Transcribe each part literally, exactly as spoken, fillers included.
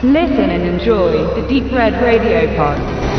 Listen and enjoy the Deep Red Radio Pod.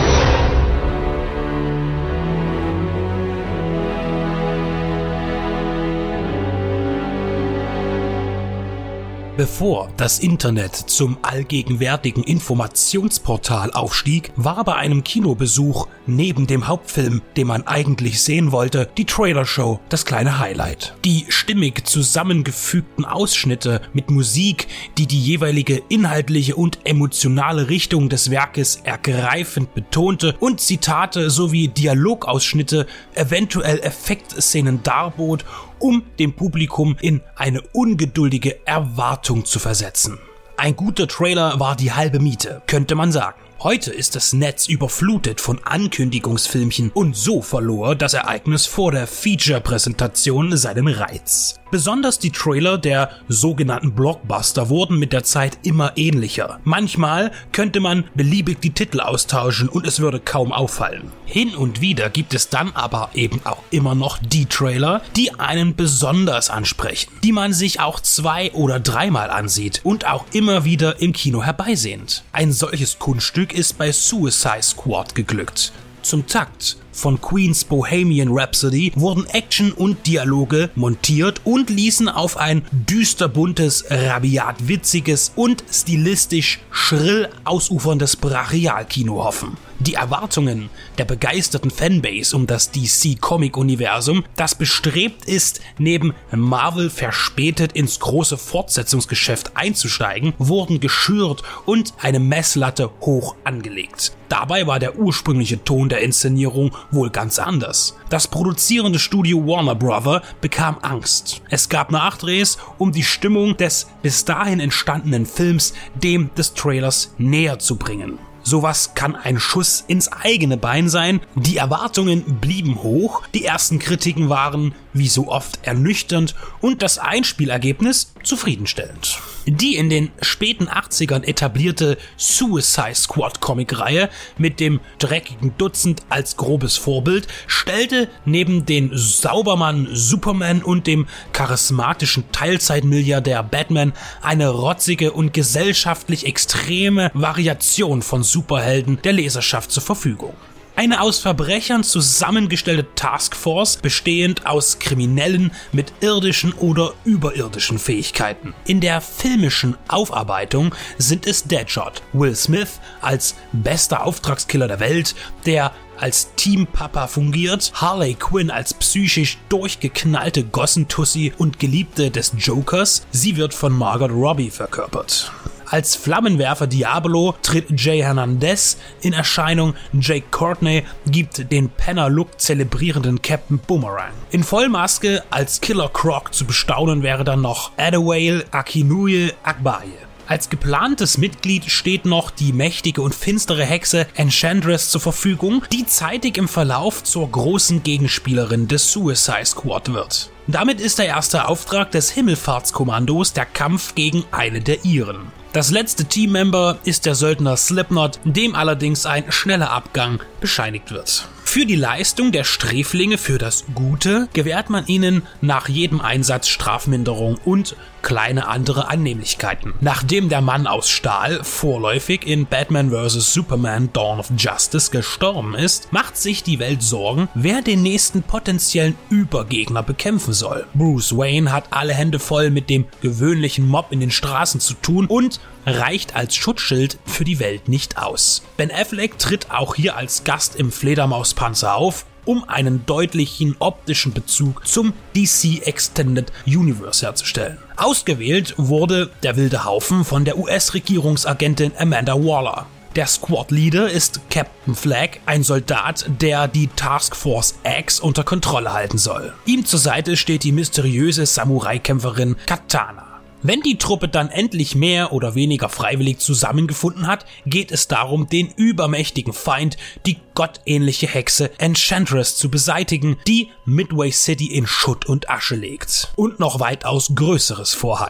Bevor das Internet zum allgegenwärtigen Informationsportal aufstieg, war bei einem Kinobesuch neben dem Hauptfilm, den man eigentlich sehen wollte, die Trailershow das kleine Highlight. Die stimmig zusammengefügten Ausschnitte mit Musik, die die jeweilige inhaltliche und emotionale Richtung des Werkes ergreifend betonte und Zitate sowie Dialogausschnitte, eventuell Effektszenen darbot, um dem Publikum in eine ungeduldige Erwartung zu versetzen. Ein guter Trailer war die halbe Miete, könnte man sagen. Heute ist das Netz überflutet von Ankündigungsfilmchen und so verlor das Ereignis vor der Feature-Präsentation seinen Reiz. Besonders die Trailer der sogenannten Blockbuster wurden mit der Zeit immer ähnlicher. Manchmal könnte man beliebig die Titel austauschen und es würde kaum auffallen. Hin und wieder gibt es dann aber eben auch immer noch die Trailer, die einen besonders ansprechen, die man sich auch zwei- oder dreimal ansieht und auch immer wieder im Kino herbeisehnt. Ein solches Kunststück ist bei Suicide Squad geglückt. Zum Takt von Queen's Bohemian Rhapsody wurden Action und Dialoge montiert und ließen auf ein düster buntes, rabiat witziges und stilistisch schrill ausuferndes Brachialkino hoffen. Die Erwartungen der begeisterten Fanbase um das D C-Comic-Universum, das bestrebt ist, neben Marvel verspätet ins große Fortsetzungsgeschäft einzusteigen, wurden geschürt und eine Messlatte hoch angelegt. Dabei war der ursprüngliche Ton der Inszenierung wohl ganz anders. Das produzierende Studio Warner Brother bekam Angst. Es gab Nachdrehs, um die Stimmung des bis dahin entstandenen Films dem des Trailers näher zu bringen. Sowas kann ein Schuss ins eigene Bein sein. Die Erwartungen blieben hoch, die ersten Kritiken waren, wie so oft, ernüchternd und das Einspielergebnis zufriedenstellend. Die in den späten achtzigern etablierte Suicide Squad Comicreihe mit dem dreckigen Dutzend als grobes Vorbild stellte neben den Saubermann Superman und dem charismatischen Teilzeitmilliardär Batman eine rotzige und gesellschaftlich extreme Variation von Superhelden der Leserschaft zur Verfügung. Eine aus Verbrechern zusammengestellte Taskforce, bestehend aus Kriminellen mit irdischen oder überirdischen Fähigkeiten. In der filmischen Aufarbeitung sind es Deadshot, Will Smith als bester Auftragskiller der Welt, der als Teampapa fungiert, Harley Quinn als psychisch durchgeknallte Gossentussi und Geliebte des Jokers, sie wird von Margot Robbie verkörpert. Als Flammenwerfer Diablo tritt Jay Hernandez in Erscheinung, Jake Courtney gibt den Penner-Look zelebrierenden Captain Boomerang. In Vollmaske als Killer Croc zu bestaunen wäre dann noch Adewale Akinnuye Agbaye. Als geplantes Mitglied steht noch die mächtige und finstere Hexe Enchantress zur Verfügung, die zeitig im Verlauf zur großen Gegenspielerin des Suicide Squad wird. Damit ist der erste Auftrag des Himmelfahrtskommandos der Kampf gegen eine der ihren. Das letzte Teammember ist der Söldner Slipknot, dem allerdings ein schneller Abgang bescheinigt wird. Für die Leistung der Sträflinge für das Gute gewährt man ihnen nach jedem Einsatz Strafminderung und kleine andere Annehmlichkeiten. Nachdem der Mann aus Stahl vorläufig in Batman versus. Superman Dawn of Justice gestorben ist, macht sich die Welt Sorgen, wer den nächsten potenziellen Übergegner bekämpfen soll. Bruce Wayne hat alle Hände voll mit dem gewöhnlichen Mob in den Straßen zu tun und reicht als Schutzschild für die Welt nicht aus. Ben Affleck tritt auch hier als Gast im Fledermauspanzer auf, um einen deutlichen optischen Bezug zum D C Extended Universe herzustellen. Ausgewählt wurde der wilde Haufen von der U S-Regierungsagentin Amanda Waller. Der Squad-Leader ist Captain Flag, ein Soldat, der die Task Force X unter Kontrolle halten soll. Ihm zur Seite steht die mysteriöse Samurai-Kämpferin Katana. Wenn die Truppe dann endlich mehr oder weniger freiwillig zusammengefunden hat, geht es darum, den übermächtigen Feind, die gottähnliche Hexe Enchantress, zu beseitigen, die Midway City in Schutt und Asche legt und noch weitaus Größeres vorhat.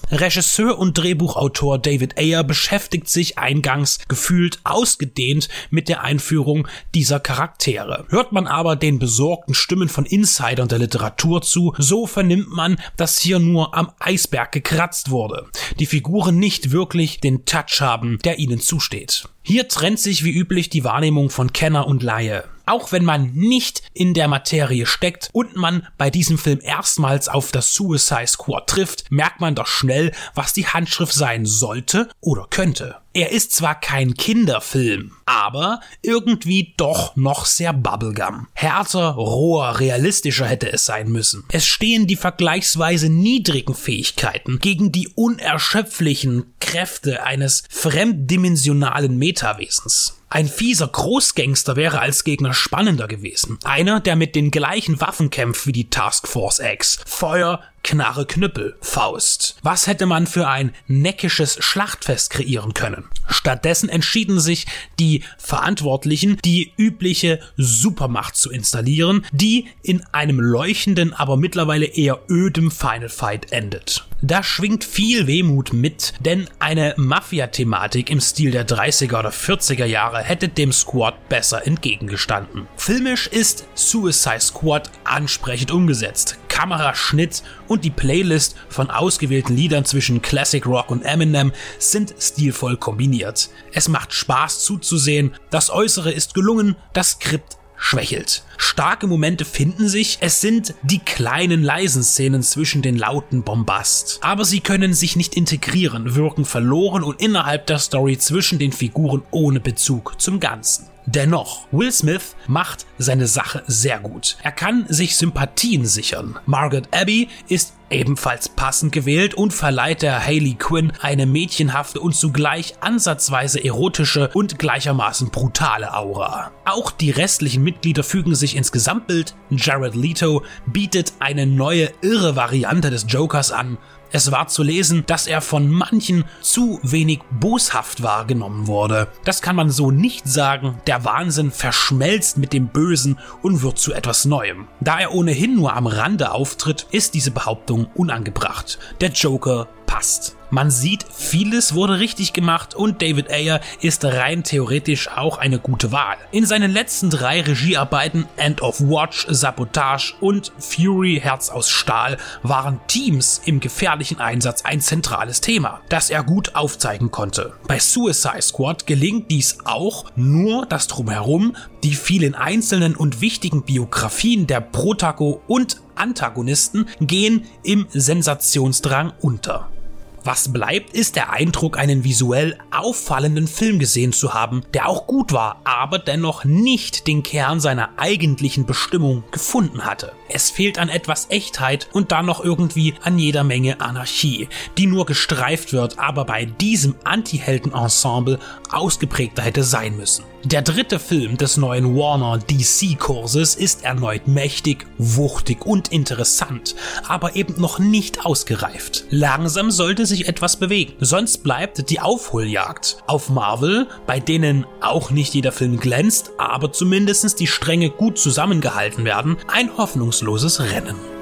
Regisseur und Drehbuchautor David Ayer beschäftigt sich eingangs gefühlt ausgedehnt mit der Einführung dieser Charaktere. Hört man aber den besorgten Stimmen von Insidern der Literatur zu, so vernimmt man, dass hier nur am Eisberg gekratzt wurde. Die Figuren nicht wirklich den Touch haben, der ihnen zusteht. Hier trennt sich wie üblich die Wahrnehmung von Kenner und Laie. Auch wenn man nicht in der Materie steckt und man bei diesem Film erstmals auf das Suicide Squad trifft, merkt man doch schnell, was die Handschrift sein sollte oder könnte. Er ist zwar kein Kinderfilm, aber irgendwie doch noch sehr Bubblegum. Härter, roher, realistischer hätte es sein müssen. Es stehen die vergleichsweise niedrigen Fähigkeiten gegen die unerschöpflichen Kräfte eines fremddimensionalen Metawesens. Ein fieser Großgangster wäre als Gegner spannender gewesen. Einer, der mit den gleichen Waffen kämpft wie die Task Force X. Feuer, Knarre, Knüppel, Faust. Was hätte man für ein neckisches Schlachtfest kreieren können? Stattdessen entschieden sich die Verantwortlichen, die übliche Supermacht zu installieren, die in einem leuchtenden, aber mittlerweile eher ödem Final Fight endet. Da schwingt viel Wehmut mit, denn eine Mafia-Thematik im Stil der dreißiger oder vierziger Jahre hätte dem Squad besser entgegengestanden. Filmisch ist Suicide Squad ansprechend umgesetzt. Kameraschnitt und die Playlist von ausgewählten Liedern zwischen Classic Rock und Eminem sind stilvoll kombiniert. Es macht Spaß zuzusehen, das Äußere ist gelungen, das Skript schwächelt. Starke Momente finden sich, es sind die kleinen leisen Szenen zwischen den lauten Bombast. Aber sie können sich nicht integrieren, wirken verloren und innerhalb der Story zwischen den Figuren ohne Bezug zum Ganzen. Dennoch, Will Smith macht seine Sache sehr gut. Er kann sich Sympathien sichern. Margaret Abbey ist ebenfalls passend gewählt und verleiht der Harley Quinn eine mädchenhafte und zugleich ansatzweise erotische und gleichermaßen brutale Aura. Auch die restlichen Mitglieder fügen sich ins Gesamtbild. Jared Leto bietet eine neue, irre Variante des Jokers an. Es war zu lesen, dass er von manchen zu wenig boshaft wahrgenommen wurde. Das kann man so nicht sagen. Der Wahnsinn verschmelzt mit dem Bösen und wird zu etwas Neuem. Da er ohnehin nur am Rande auftritt, ist diese Behauptung unangebracht. Der Joker passt. Man sieht, vieles wurde richtig gemacht und David Ayer ist rein theoretisch auch eine gute Wahl. In seinen letzten drei Regiearbeiten End of Watch, Sabotage und Fury Herz aus Stahl waren Teams im gefährlichen Einsatz ein zentrales Thema, das er gut aufzeigen konnte. Bei Suicide Squad gelingt dies auch, nur das Drumherum, die vielen einzelnen und wichtigen Biografien der Protago und Antagonisten gehen im Sensationsdrang unter. Was bleibt, ist der Eindruck, einen visuell auffallenden Film gesehen zu haben, der auch gut war, aber dennoch nicht den Kern seiner eigentlichen Bestimmung gefunden hatte. Es fehlt an etwas Echtheit und dann noch irgendwie an jeder Menge Anarchie, die nur gestreift wird, aber bei diesem Anti-Helden-Ensemble ausgeprägter hätte sein müssen. Der dritte Film des neuen Warner D C-Kurses ist erneut mächtig, wuchtig und interessant, aber eben noch nicht ausgereift. Langsam sollte sich etwas bewegen, sonst bleibt die Aufholjagd auf Marvel, bei denen auch nicht jeder Film glänzt, aber zumindest die Stränge gut zusammengehalten werden, ein hoffnungsloses Rennen.